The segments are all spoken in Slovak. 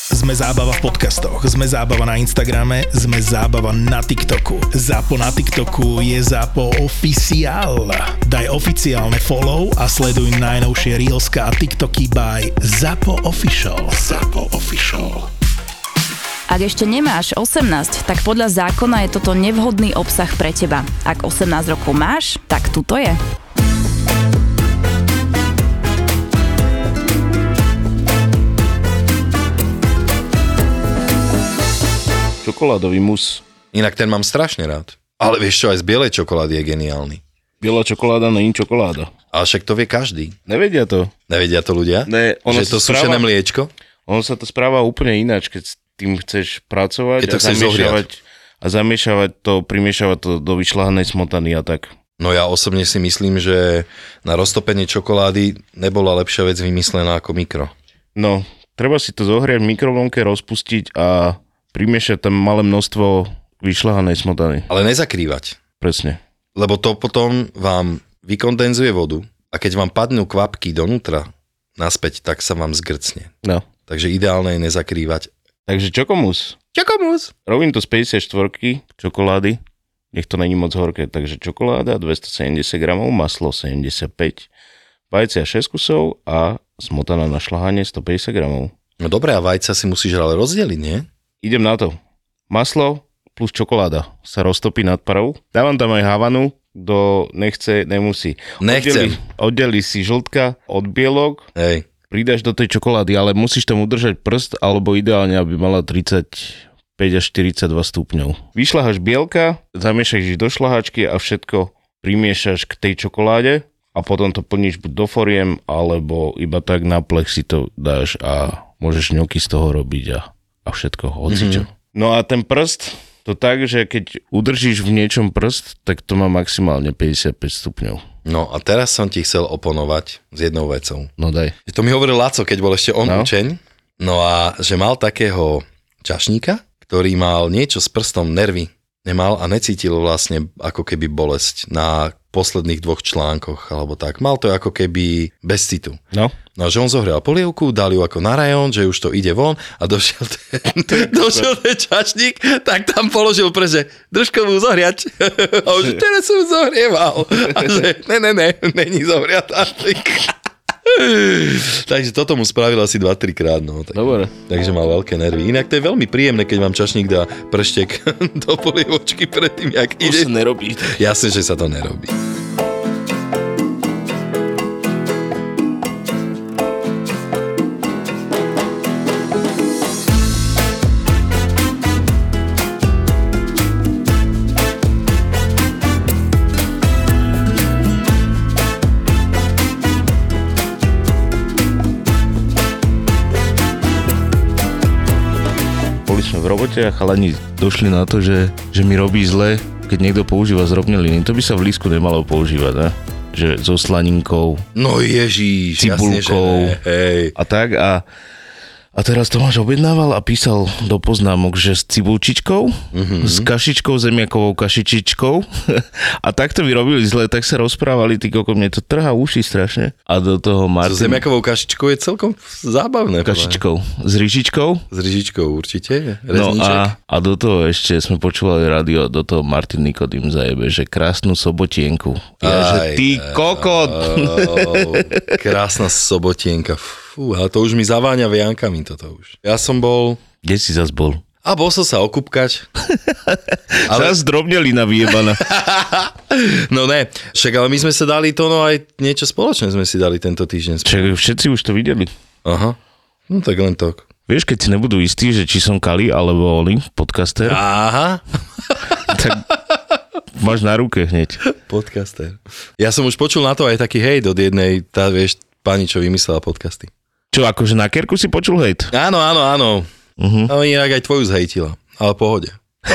Sme zábava v podcastoch, sme zábava na Instagrame, sme zábava na TikToku. Zápo na TikToku je Zápo oficiál. Daj oficiálne follow a sleduj najnovšie reelska a TikToky by Zápo Official. Zápo Official. Ak ešte nemáš 18, tak podľa zákona je toto nevhodný obsah pre teba. Ak 18 rokov máš, tak tuto je. Čokoládový mus. Inak ten mám strašne rád. Ale vieš čo, aj z bielej čokolády je geniálny. Biela čokoláda nie je čokoláda. Ale však to vie každý. Nevedia to. Nevedia to ľudia? Ne, že to sušené mliečko? Ono sa to správa úplne ináč, keď s tým chceš pracovať a zamiešavať to, primiešavať to do vyšľahanej smotany a tak. No ja osobne si myslím, že na roztopenie čokolády nebola lepšia vec vymyslená ako mikro. No, treba si to zohriať v mikrovlnke, rozpustiť a primiešať tam malé množstvo vyšľahanej smotany. Ale nezakrývať. Presne. Lebo to potom vám vykondenzuje vodu a keď vám padnú kvapky donútra naspäť, tak sa vám zgrcne. No. Takže ideálne je nezakrývať. Takže čokomus. Čokomus. Robím to z 54 čokolády. Nech to není moc horké. Takže čokoláda 270 gramov, maslo 75, vajcia 6 kusov a smotana na šľahanie 150 gramov. No dobré, a vajca si musíš ale rozdeliť, nie? Idem na to. Maslo plus čokoláda sa roztopí nad parou. Dávam tam aj havanu, kto nechce, nemusí. Nechcem. Oddeli si žltka od bielok, Hej. pridáš do tej čokolády, ale musíš tam udržať prst, alebo ideálne, aby mala 35 až 42 stupňov. Vyšľaháš bielka, zamiešaš ich do šľahačky a všetko primiešaš k tej čokoláde a potom to plníš buď do foriem, alebo iba tak na plech si to dáš a môžeš ňoky z toho robiť a všetko, hocičo. No a ten prst, to tak, že keď udržíš v niečom prst, tak to má maximálne 55 stupňov. No a teraz som ti chcel oponovať s jednou vecou. No daj. To mi hovoril Laco, keď bol ešte on učeň. No a že mal takého čašníka, ktorý mal niečo s prstom, nervy nemal a necítil vlastne ako keby bolesť na posledných 2 článkoch, alebo tak. Mal to ako keby bez citu. No. No a že on zohrial polievku, dal ju ako na rajón, že už to ide von a došiel ten čašník, tak tam položil prst, že držko mu zohriať. A už teraz som zohrieval. A že není zohriatá. Takže toto mu spravil asi 2-3 krát. No. Dobre. Takže mal veľké nervy. Inak to je veľmi príjemné, keď vám čašník dá prštek do polievočky predtým, jak ide. To sa nerobí. Jasne, že sa to nerobí. V robote a chalani došli na to, že mi robí zle, keď niekto používa zrobneliny. To by sa v lísku nemalo používať, ne? Že so slaninkou, no ježíš, cibulkou jasne, že hej. a tak a teraz Tomáš objednával a písal do poznámok, že s cibulčičkou, s kašičkou, zemiakovou kašičičkou a takto by robili zle, tak sa rozprávali, ty koko, mne to trhá uši strašne. A do toho Martin... So zemiakovou kašičkou je celkom zábavné. Kašičkou. S ryžičkou? S ryžičkou určite. Rezníček. No a do toho ešte sme počúvali rádio, do toho Martin Nikodým zajebe, že krásnu sobotienku. Že ty kokot! Krásna sobotienka. Fú, ale to už mi zaváňa viankami toto už. Ja som bol... Kde si zas bol? A bol som sa okúpkať. Ale... Zas drobnelina vyjebaná. No ne, však ale my sme sa dali to, no aj niečo spoločné sme si dali tento týždeň. Všetci už to videli. Aha, no tak len to. Vieš, keď si nebudú istí, že či som Kali alebo Oli, podcaster. Aha. Tak máš na ruke hneď. Podcaster. Ja som už počul na to aj taký hejt od jednej, tá vieš, pani, čo vymyslela podcasty. Čo, akože na Kerku si počul hejt? Áno. Ale inak aj tvoju zhejtila, ale pohode.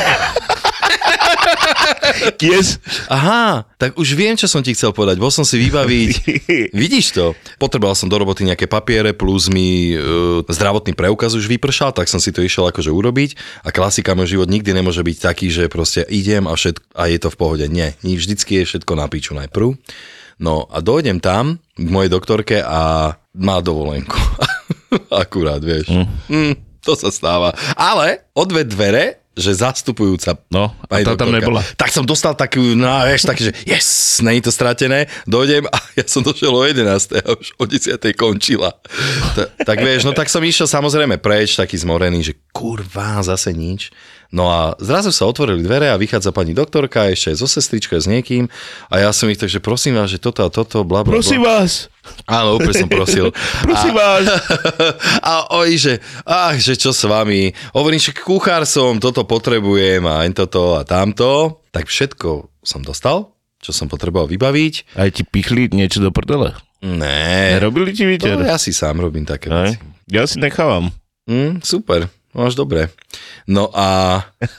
Yes. Aha, tak už viem, čo som ti chcel povedať. Bol som si vybaviť. Vidíš to? Potreboval som do roboty nejaké papiere, plus mi zdravotný preukaz už vypršal, tak som si to išiel akože urobiť. A klasika, môj život nikdy nemôže byť taký, že proste idem a je to v pohode. Nie, vždycky je všetko na piču najprv. No a dojdem tam k mojej doktorke a má dovolenku. Akurát, vieš. To sa stáva. Ale o dve dvere, že zastupujúca No, a tá tam nebola. Tak som dostal takú, že yes, nie je to stratené, dojdem a ja som došiel o 11. a už o 10. končila. Tak vieš, no tak som išiel samozrejme preč, taký zmorený, že kurva, zase nič. No a zrazu sa otvorili dvere a vychádza pani doktorka, ešte aj so sestričkou, s niekým a ja som ich takže prosím vás, že toto a toto, bla bla bla. Prosím vás. Áno, úplne som prosil. Prosím vás. A oni, že čo s vami? Hovorím, že kuchár som, toto potrebujem a toto a tamto. Tak všetko som dostal, čo som potreboval vybaviť. Aj ti pichli niečo do prdele? Ne. Nerobili ti výter? Ja si sám robím také veci. Ja si nechávam. Super, máš dobre. No a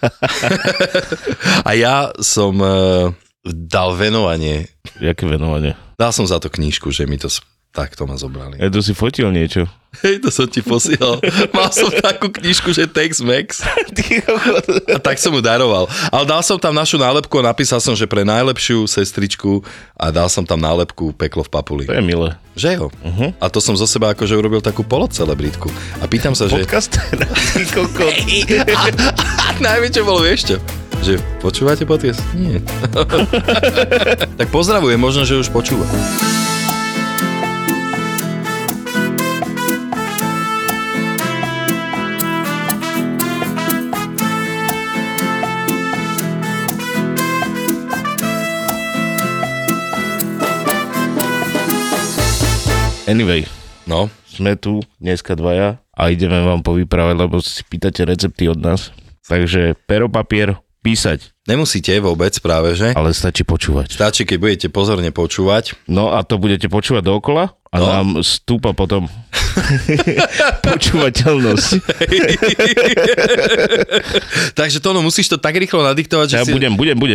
a ja som dal venovanie. Jaké venovanie? Dal som za to knížku, že mi to takto ma zobrali. Ja tu si fotil niečo. Hej, to som ti posielal. Mal som takú knižku, že Tex-Mex. A tak som mu daroval. Ale dal som tam našu nálepku a napísal som, že pre najlepšiu sestričku a dal som tam nálepku Peklo v papuli. To je milé. Že jo? A to som zo seba akože urobil takú polocelebritku. A pýtam sa, že... Podcaster. A najväčšie bolo, vieš čo? Že počúvate podcast? Nie. Tak pozdravujem, možno, že už počúva. Anyway, No. sme tu dneska dvaja a ideme vám povyprávať, lebo si pýtate recepty od nás. Takže pero, papier, písať. Nemusíte vôbec práve, že? Ale stačí počúvať. Stačí, keď budete pozorne počúvať. No a to budete počúvať dookola a nám stúpa potom počúvateľnosť. Takže to, musíš to tak rýchlo nadiktovať, že Ja budem.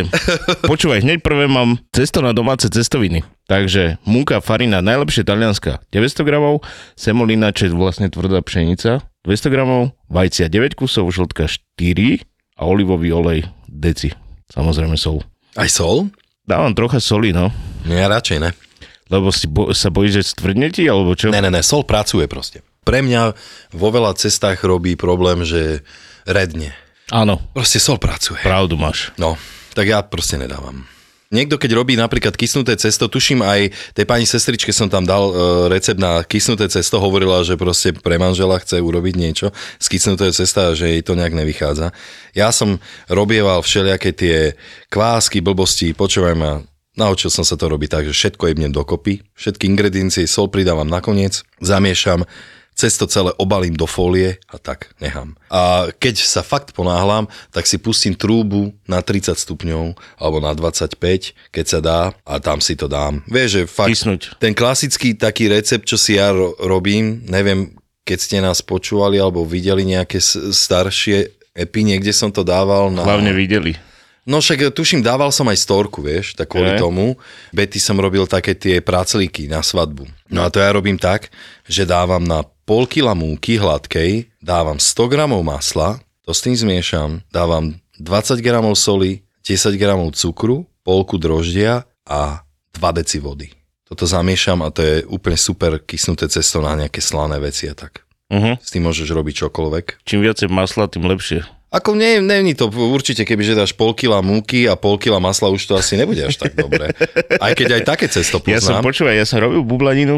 Počúvaj, hneď prvé mám cesto na domáce cestoviny. Takže múka, farina, najlepšie talianska 900 gramov, semolina, čo je vlastne tvrdá pšenica 200 gramov, vajcia 9 kusov, žltka 4 a olivový olej deci. Samozrejme sol. Aj sol? Dávam trocha soli, no. Ja radšej ne. Lebo sa bojíš, že stvrdne ti, alebo čo? Ne, sol pracuje proste. Pre mňa vo veľa cestách robí problém, že redne. Áno. Proste sol pracuje. Pravdu máš. No, tak ja proste nedávam. Niekto, keď robí napríklad kysnuté cesto, tuším aj tej pani sestričke som tam dal recept na kysnuté cesto, hovorila, že proste pre manžela chce urobiť niečo z kysnutého cesta, že jej to nejak nevychádza. Ja som robieval všelijaké tie kvásky, blbosti, počúvaj ma, naučil som sa to robiť tak, že všetko jebnem dokopy, všetky ingrediencie, sol pridávam nakoniec, zamiešam, cesto celé obalím do fólie a tak nechám. A keď sa fakt ponáhlam, tak si pustím trúbu na 30 stupňov alebo na 25, keď sa dá a tam si to dám. Vieš, že fakt Kysnúť. ten klasický taký recept, čo si ja robím, neviem, keď ste nás počúvali alebo videli nejaké staršie epy, niekde som to dával na... Hlavne videli. No však tuším, dával som aj storku, vieš, tak kvôli tomu. Betty som robil také tie praclíky na svadbu. No a to ja robím tak, že dávam na pol kila múky hladkej, dávam 100 gramov masla, to s tým zmiešam, dávam 20 gramov soli, 10 gramov cukru, polku droždia a 2 deci vody. Toto zamiešam a to je úplne super kysnuté cesto na nejaké slané veci a tak. S tým môžeš robiť čokoľvek. Čím viacej masla, tým lepšie. Ako není to určite, kebyže dáš pol kila múky a pol kila masla, už to asi nebude až tak dobre. Aj keď aj také cesto poznám. Ja som robil bublaninu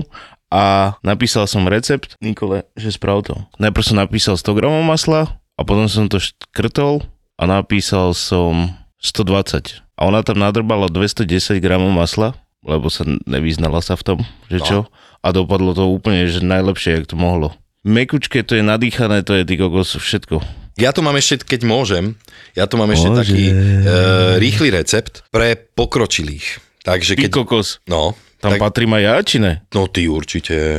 a napísal som recept Nikole, že sprav to. Najprv som napísal 100 gramov masla a potom som to škrtol a napísal som 120. A ona tam nadrbala 210 gramov masla, lebo sa nevyznala sa v tom, že čo. A dopadlo to úplne, že najlepšie, jak to mohlo. Mekučke, to je nadýchané, to je ty kokos, všetko. Ja tu mám ešte, keď môžem, taký rýchly recept pre pokročilých. Takže Ty kokos, No. tam patrí ma ja, či ne? No ty určite.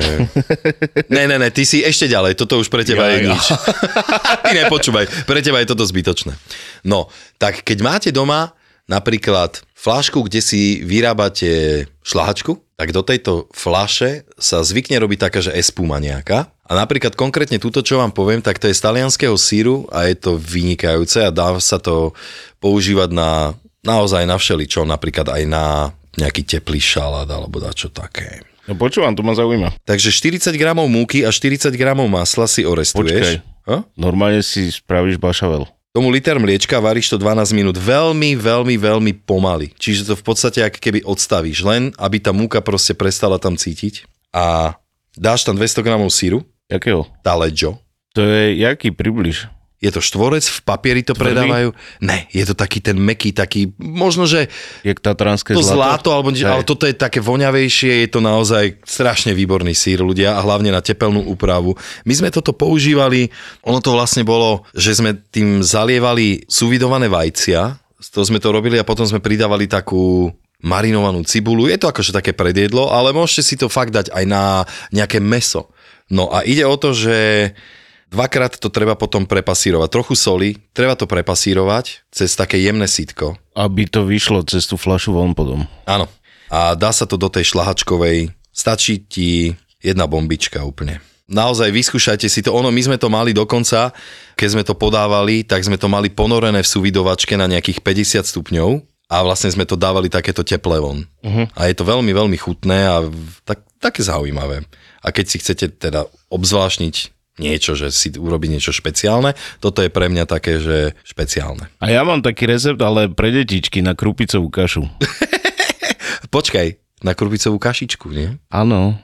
Ne, ty si ešte ďalej, toto už pre teba je nič. Ty nepočúvaj, pre teba je toto zbytočné. No, tak keď máte doma napríklad fľašku, kde si vyrábate šľahačku, tak do tejto fľaše sa zvykne robiť taká, že espuma nejaká. A napríklad konkrétne túto, čo vám poviem, tak to je z talianskeho síru a je to vynikajúce a dá sa to používať naozaj na všeličo, napríklad aj na nejaký teplý šalát alebo dačo také. No počúvam, to ma zaujíma. Takže 40 gramov múky a 40 gramov masla si orestuješ. Počkaj, Normálne si spravíš bašavel. Tomu liter mliečka varíš to 12 minút veľmi, veľmi, veľmi pomaly. Čiže to v podstate ako keby odstavíš, len aby tá múka proste prestala tam cítiť. A dáš tam 200 gramov syru. Jakého? Taleggio. To je jaký približ? Je to štvorec, v papieri to predávajú. Ne, je to taký ten mäkký, taký, možno, že Jak tatranské to zlato? ale toto je také voňavejšie, je to naozaj strašne výborný sír, ľudia, a hlavne na tepelnú úpravu. My sme toto používali, ono to vlastne bolo, že sme tým zalievali suvidované vajcia, to sme to robili a potom sme pridávali takú marinovanú cibulu. Je to akože také predjedlo, ale môžete si to fakt dať aj na nejaké mäso. No a ide o to, že dvakrát to treba potom prepasírovať. Trochu soli, treba to prepasírovať cez také jemné sítko. Aby to vyšlo cez tú fľašu von potom. Áno. A dá sa to do tej šlahačkovej. Stačí ti jedna bombička úplne. Naozaj vyskúšajte si to. My sme to mali dokonca, keď sme to podávali, tak sme to mali ponorené v súvidovačke na nejakých 50 stupňov a vlastne sme to dávali takéto teplé von. A je to veľmi, veľmi chutné a také zaujímavé. A keď si chcete teda obzvláštniť niečo, že si urobiť niečo špeciálne. Toto je pre mňa také, že špeciálne. A ja mám taký recept, ale pre detičky na krupicovú kašu. Počkaj, na krupicovú kašičku, nie? Áno.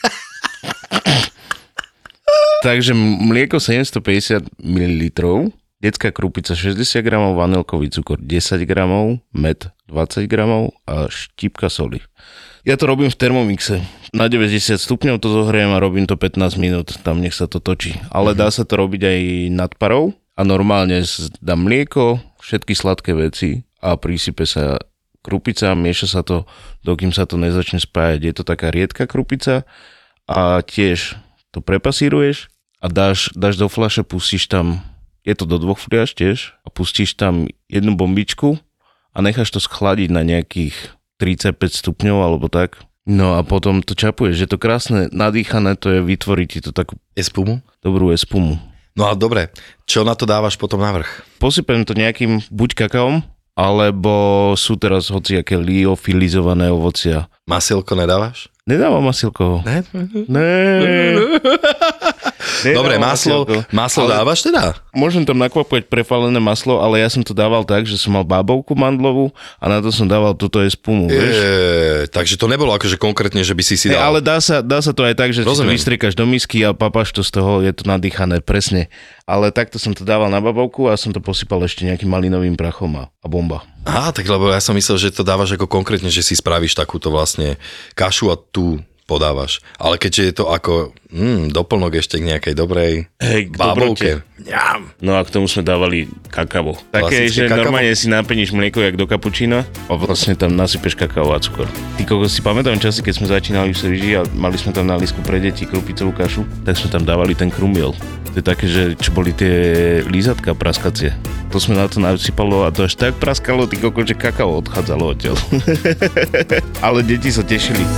Takže mlieko 750 ml, detská krupica 60 g, vanilkový cukor 10 g, med 20 g a štípka soli. Ja to robím v Thermomixe. Na 90 stupňov to zohriem a robím to 15 minút. Tam nech sa to točí. Ale dá sa to robiť aj nad parou a normálne dám mlieko, všetky sladké veci a prisype sa krupica, mieša sa to, dokým sa to nezačne spájať. Je to taká riedka krupica a tiež to prepasíruješ a dáš do fľaše, pustíš tam, je to do 2 fliaž tiež, a pustíš tam jednu bombičku a necháš to schladiť na nejakých 35 stupňov alebo tak. No a potom to čapuješ, že to krásne nadýchané, to je vytvoriť ti to takú espumu? Dobrú espumu. No a dobre, čo na to dávaš potom na vrch? Posypem to nejakým buď kakaom, alebo sú teraz hociaké liofilizované ovocia. Masielko nedávaš? Nedávam masielko. Ne? Dobre, maslo dávaš teda? Môžem tam nakvapať prefalené maslo, ale ja som to dával tak, že som mal bábovku mandlovú a na to som dával túto espumu, vieš? Takže to nebolo akože konkrétne, že by si dal. Ale dá sa to aj tak, že si to vystriekaš do misky a papáš to z toho, je to nadýchané, presne. Ale takto som to dával na bábovku a som to posypal ešte nejakým malinovým prachom a bomba. Á, tak lebo ja som myslel, že to dávaš ako konkrétne, že si spravíš takúto vlastne kašu a tu podávaš. Ale keďže je to ako doplnok ešte k nejakej dobrej bábovke. No a k tomu sme dávali kakavo. Také, že kakavo? Normálne si napeníš mlieko jak do kapučína a vlastne tam nasypeš kakao a cukor. Ty kokos, si pamätám časy, keď sme začínali v Seviži a mali sme tam na lístku pre deti krupicovú kašu, tak sme tam dávali ten krumiel. To je také, že čo boli tie lízatka praskacie. To sme na to nasypalo a to až tak praskalo, ty kokos, že kakao odchádzalo odtiaľ. Ale deti sa tešili.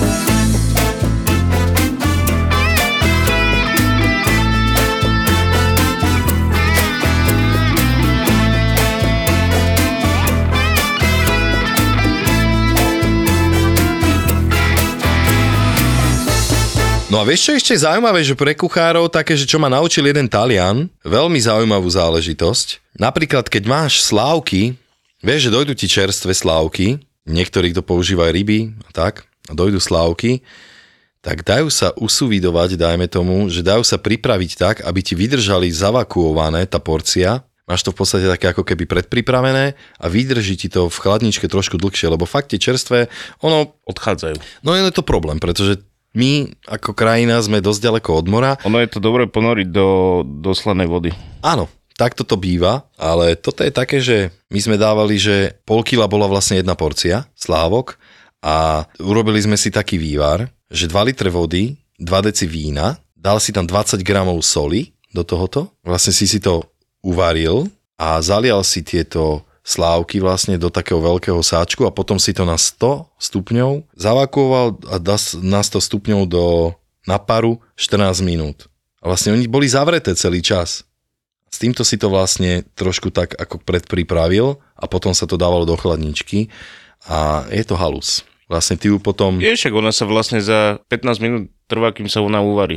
No a vieš, čo ešte je zaujímavé, že pre kuchárov také, že čo ma naučil jeden Talian, veľmi zaujímavú záležitosť. Napríklad, keď máš slávky, vieš, že dojdu ti čerstvé slávky, niektorí, kto používajú ryby a tak, a dojdu slávky, tak dajú sa usuvidovať, dajme tomu, že dajú sa pripraviť tak, aby ti vydržali zavakuované tá porcia. Máš to v podstate také ako keby predpripravené a vydrží ti to v chladničke trošku dlhšie, lebo fakt tie čerstvé, odchádzajú. No je to problém, pretože my ako krajina sme dosť ďaleko od mora. Ono je to dobre ponoriť do slanej vody. Áno, takto to býva, ale toto je také, že my sme dávali, že pol kila bola vlastne jedna porcia slávok a urobili sme si taký vývar, že 2 litre vody, 2 deci vína, dal si tam 20 gramov soli do tohoto, vlastne si to uvaril a zalial si tieto slávky vlastne do takého veľkého sáčku a potom si to na 100 stupňov zavakuoval a dá na 100 stupňov na paru 14 minút. A vlastne oni boli zavreté celý čas. S týmto si to vlastne trošku tak ako predpripravil a potom sa to dávalo do chladničky a je to halus. Vlastne ty ju potom... Však ona sa vlastne za 15 minút trvá, kým sa ona uvarí.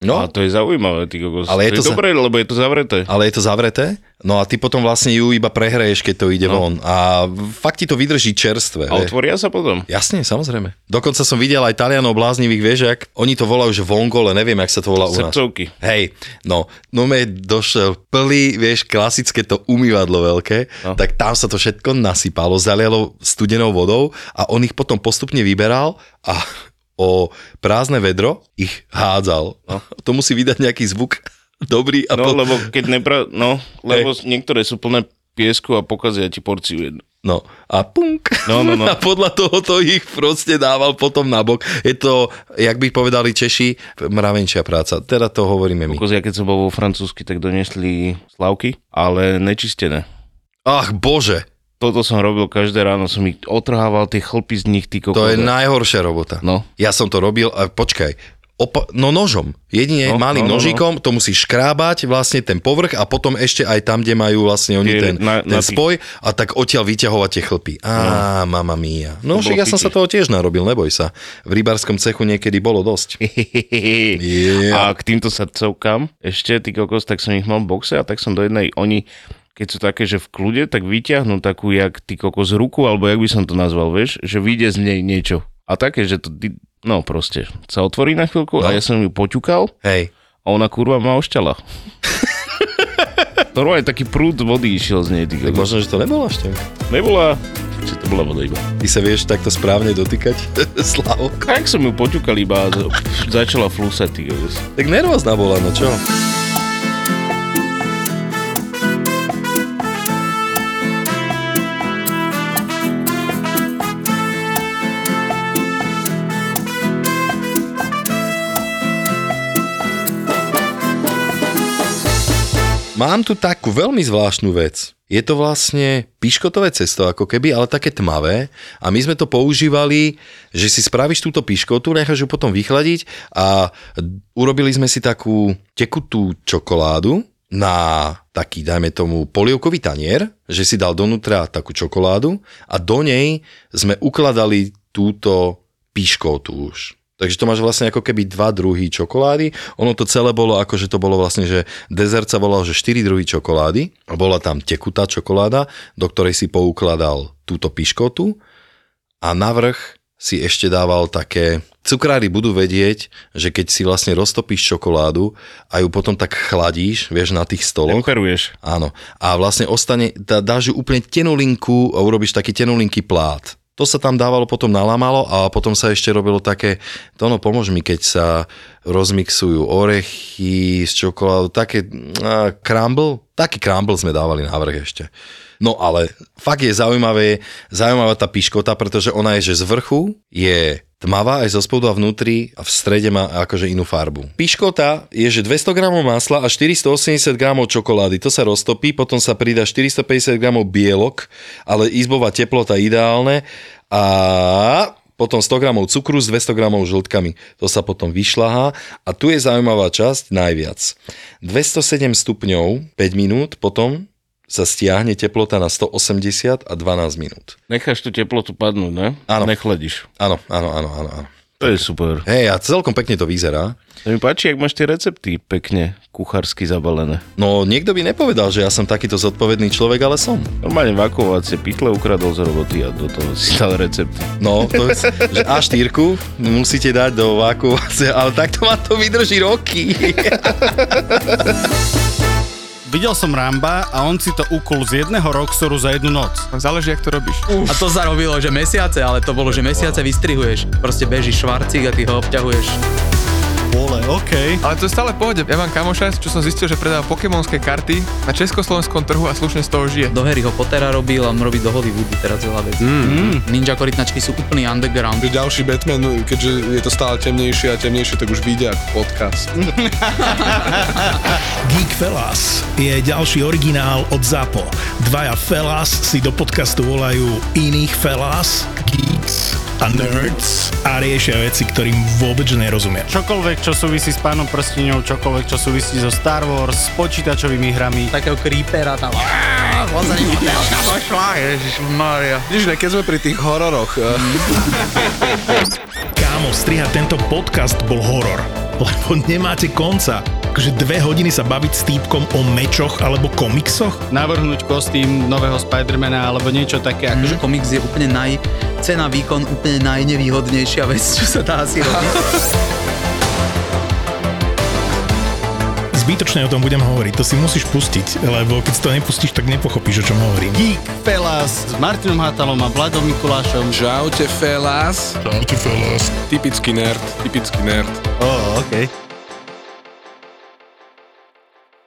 No. A to je zaujímavé, ty kokos. Ale to je dobré, lebo je to zavreté. Ale je to zavreté? No a ty potom vlastne ju iba prehreješ, keď to ide von. A fakt ti to vydrží čerstvé. A otvoria sa potom? Jasne, samozrejme. Dokonca som videl aj Talianov bláznivých, vieš, jak oni to volajú, že vongole, neviem, jak sa to volá u nás. Srdcovky. Hej, no mi došiel plný, vieš, klasické to umývadlo veľké, tak tam sa to všetko nasypalo, zalialo studenou vodou a on ich potom postupne vyberal a o prázdne vedro ich hádzal. To musí vydať nejaký zvuk dobrý. A lebo keď lebo niektoré sú plné piesku a pokazia ti porciu jednu. No a punk. No. A podľa toho to ich proste dával potom na bok. Je to, jak by povedali Češi, mravenčia práca. Teda to hovoríme my. Ja keď som bol vo Francúzsky, tak donesli slavky, ale nečistené. Ach bože. Toto som robil každé ráno, som ich otrhával tie chlpy z nich, ty kokos. To je najhoršia robota. No. Ja som to robil a počkaj, nožom. Jedine malým nožikom to musíš škrábať vlastne ten povrch a potom ešte aj tam, kde majú vlastne oni ten spoj a tak odtiaľ vyťahovať tie chlpy. Mamma mia. No však ja som sa toho tiež narobil, neboj sa. V rybárskom cechu niekedy bolo dosť. A k týmto srdcovkám ešte, ty kokos, tak som ich mal v boxe a tak som do jednej, oni keď sú také, že v kľude, tak vyťahnú takú, jak ty kokos ruku, alebo jak by som to nazval, vieš, že vyjde z nej niečo. A také, že to, proste, sa otvorí na chvíľku a ja som ju poťukal. Hej. A ona kurva ma ošťala. Normálne taký prúd vody išiel z nej, ty kokos. Tak možno, že to nebola šťava. Nebola, či to bola voda iba. Ty sa vieš takto správne dotýkať slavok? Tak som ju poťukal iba a začala flúsať, ty kokos. Tak nervózna bola, no čo? Mám tu takú veľmi zvláštnu vec. Je to vlastne piškotové cesto ako keby, ale také tmavé a my sme to používali, že si spravíš túto piškotu, necháš ju potom vychladiť a urobili sme si takú tekutú čokoládu na taký, dajme tomu, polievkový tanier, že si dal donútra takú čokoládu a do nej sme ukladali túto piškotu už. Takže to máš vlastne ako keby 2 druhy čokolády. Ono to celé bolo ako, že to bolo vlastne, že dezert sa volal, že 4 druhy čokolády. A bola tam tekutá čokoláda, do ktorej si poukladal túto piškotu a navrch si ešte dával také... Cukrári budú vedieť, že keď si vlastne roztopíš čokoládu a ju potom tak chladíš, vieš, na tých stoloch. Temperuješ. Áno. A vlastne dáš ju úplne tenulinku a urobíš taký tenulinký plát. To sa tam dávalo, potom nalamalo a potom sa ešte robilo také, pomôž mi, keď sa rozmixujú orechy s čokoládou, také taký crumble sme dávali na vrch ešte. No ale fakt je zaujímavá tá piškota, pretože ona je, že z vrchu je tmavá aj zo spodu a vnútri a v strede má akože inú farbu. Piškota je, že 200 g masla a 480 g čokolády. To sa roztopí, potom sa pridá 450 g bielok, ale izbová teplota ideálne a potom 100 g cukru s 200 g žltkami. To sa potom vyšľahá a tu je zaujímavá časť najviac. 207 stupňov 5 minút potom sa stiahne teplota na 180 a 12 minút. Necháš tú teplotu padnúť, ne? Áno. Nechladíš. Áno. To je super. Hej, a celkom pekne to vyzerá. To mi páči, jak máš tie recepty pekne kuchársky zabalené. No, niekto by nepovedal, že ja som takýto zodpovedný človek, ale som. Normálne vakuovacie pytle ukradol z roboty a do toho si dal recepty. No, to je, že A4 musíte dať do vakuovacie, ale takto ma to vydrží roky. Videl som Ramba a on si to ukol z jedného Roxoru za jednu noc. Záleží, jak to robíš. A to zarobilo, že mesiace, ale to bolo, že mesiace vystrihuješ. Proste bežíš švarcík a ty ho obťahuješ. Vole, okej. Ale to je stále v pohode. Ja mám kamoša, čo som zistil, že predáva pokémonské karty na československom trhu a slušne z toho žije. Do Harryho Pottera robil a on robí do Hollywoodu teraz veľa vecí. Ninja korytnačky sú úplný underground. Ďalší Batman, keďže je to stále temnejšie a temnejšie, tak už vyjde ako podcast. Geek Fellas je ďalší originál od ZAPO. Dvaja Fellas si do podcastu volajú iných Fellas, Geeks a Nerds a riešia veci, ktorým vôbec nerozumia. Čokoľvek, čo súvisí s Pánom prsteňov, čokoľvek, čo súvisí so Star Wars, s počítačovými hrami. Takého creepera tam. Ježišmária. Vidíš, keď sme pri tých hororoch. Kámo, strihať tento podcast bol horor. lebo nemáte konca. Akože 2 hodiny sa baviť s týpkom o mečoch alebo komiksoch? Navrhnúť kostým nového Spidermana alebo niečo také. Akože komiks je úplne cena výkon úplne najnevýhodnejšia vec, čo sa dá asi robiť. Zbytočne o tom budem hovoriť, to si musíš pustiť, lebo keď si to nepustíš, tak nepochopíš, o čom hovorím. Geek Fellas s Martinom Hatalom a Vladom Mikulášom. Čaute, fellas. Čaute, fellas. Typický nerd. Okej.